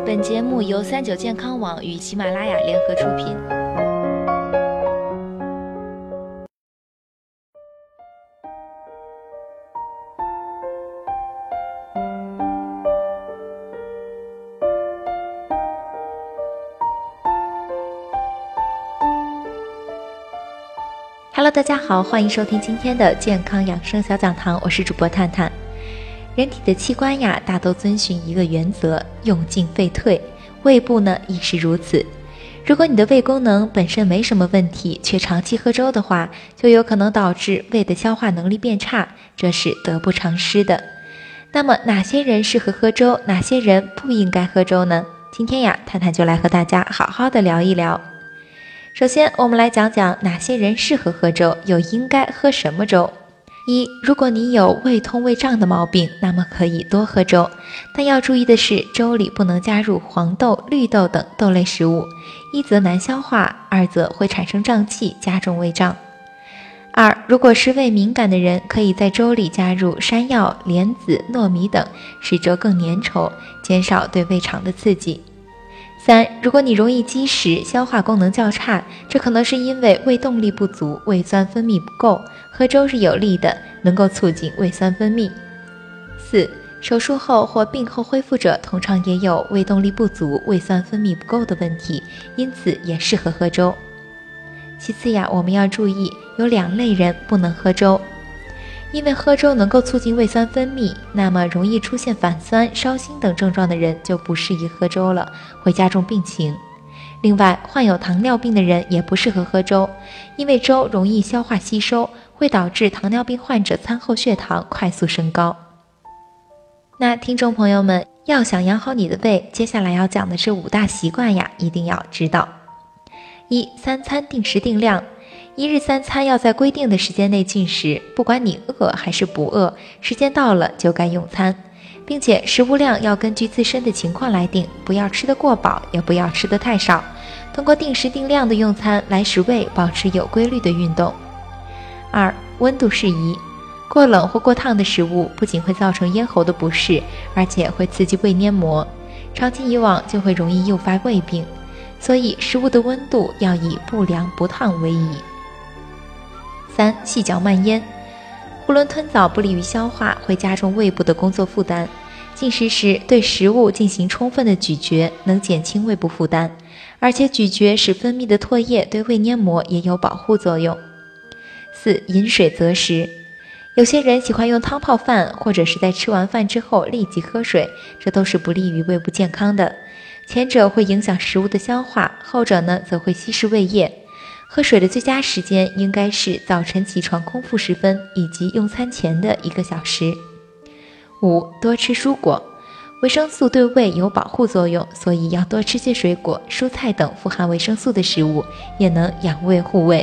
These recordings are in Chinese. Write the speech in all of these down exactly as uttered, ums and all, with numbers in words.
本节目由三九健康网与喜马拉雅联合出品。Hello， 大家好，欢迎收听今天的健康养生小讲堂，我是主播探探。人体的器官呀，大都遵循一个原则，用进废退，胃部呢亦是如此。如果你的胃功能本身没什么问题，却长期喝粥的话，就有可能导致胃的消化能力变差，这是得不偿失的。那么哪些人适合喝粥，哪些人不应该喝粥呢？今天呀，探探就来和大家好好的聊一聊。首先我们来讲讲哪些人适合喝粥，又应该喝什么粥。一，如果你有胃痛胃胀的毛病，那么可以多喝粥，但要注意的是，粥里不能加入黄豆、绿豆等豆类食物，一则难消化，二则会产生胀气，加重胃胀。二，如果是胃敏感的人，可以在粥里加入山药、莲子、糯米等，使粥更粘稠，减少对胃肠的刺激。三，如果你容易积食，消化功能较差，这可能是因为胃动力不足，胃酸分泌不够，喝粥是有利的，能够促进胃酸分泌。四，手术后或病后恢复者通常也有胃动力不足、胃酸分泌不够的问题，因此也适合喝粥。其次呀，我们要注意有两类人不能喝粥。因为喝粥能够促进胃酸分泌，那么容易出现反酸、烧心等症状的人就不适宜喝粥了，会加重病情。另外，患有糖尿病的人也不适合喝粥，因为粥容易消化吸收，会导致糖尿病患者餐后血糖快速升高。那听众朋友们，要想养好你的胃，接下来要讲的这五大习惯呀，一定要知道。一、三餐定时定量。一日三餐要在规定的时间内进食，不管你饿还是不饿，时间到了就该用餐，并且食物量要根据自身的情况来定，不要吃得过饱，也不要吃得太少，通过定时定量的用餐来使胃保持有规律的运动。二、温度适宜。过冷或过烫的食物不仅会造成咽喉的不适，而且会刺激胃黏膜，长期以往就会容易诱发胃病，所以食物的温度要以不凉不烫为宜。三、细嚼慢咽。囫囵吞枣不利于消化，会加重胃部的工作负担。进食时对食物进行充分的咀嚼，能减轻胃部负担，而且咀嚼使分泌的唾液对胃黏膜也有保护作用。四、饮水择食。有些人喜欢用汤泡饭，或者是在吃完饭之后立即喝水，这都是不利于胃部健康的。前者会影响食物的消化，后者呢则会稀释胃液。喝水的最佳时间应该是早晨起床空腹时分，以及用餐前的一个小时。五、多吃蔬果。维生素对胃有保护作用，所以要多吃些水果、蔬菜等富含维生素的食物，也能养胃护胃。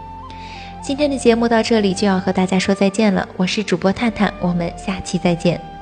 今天的节目到这里就要和大家说再见了，我是主播探探，我们下期再见。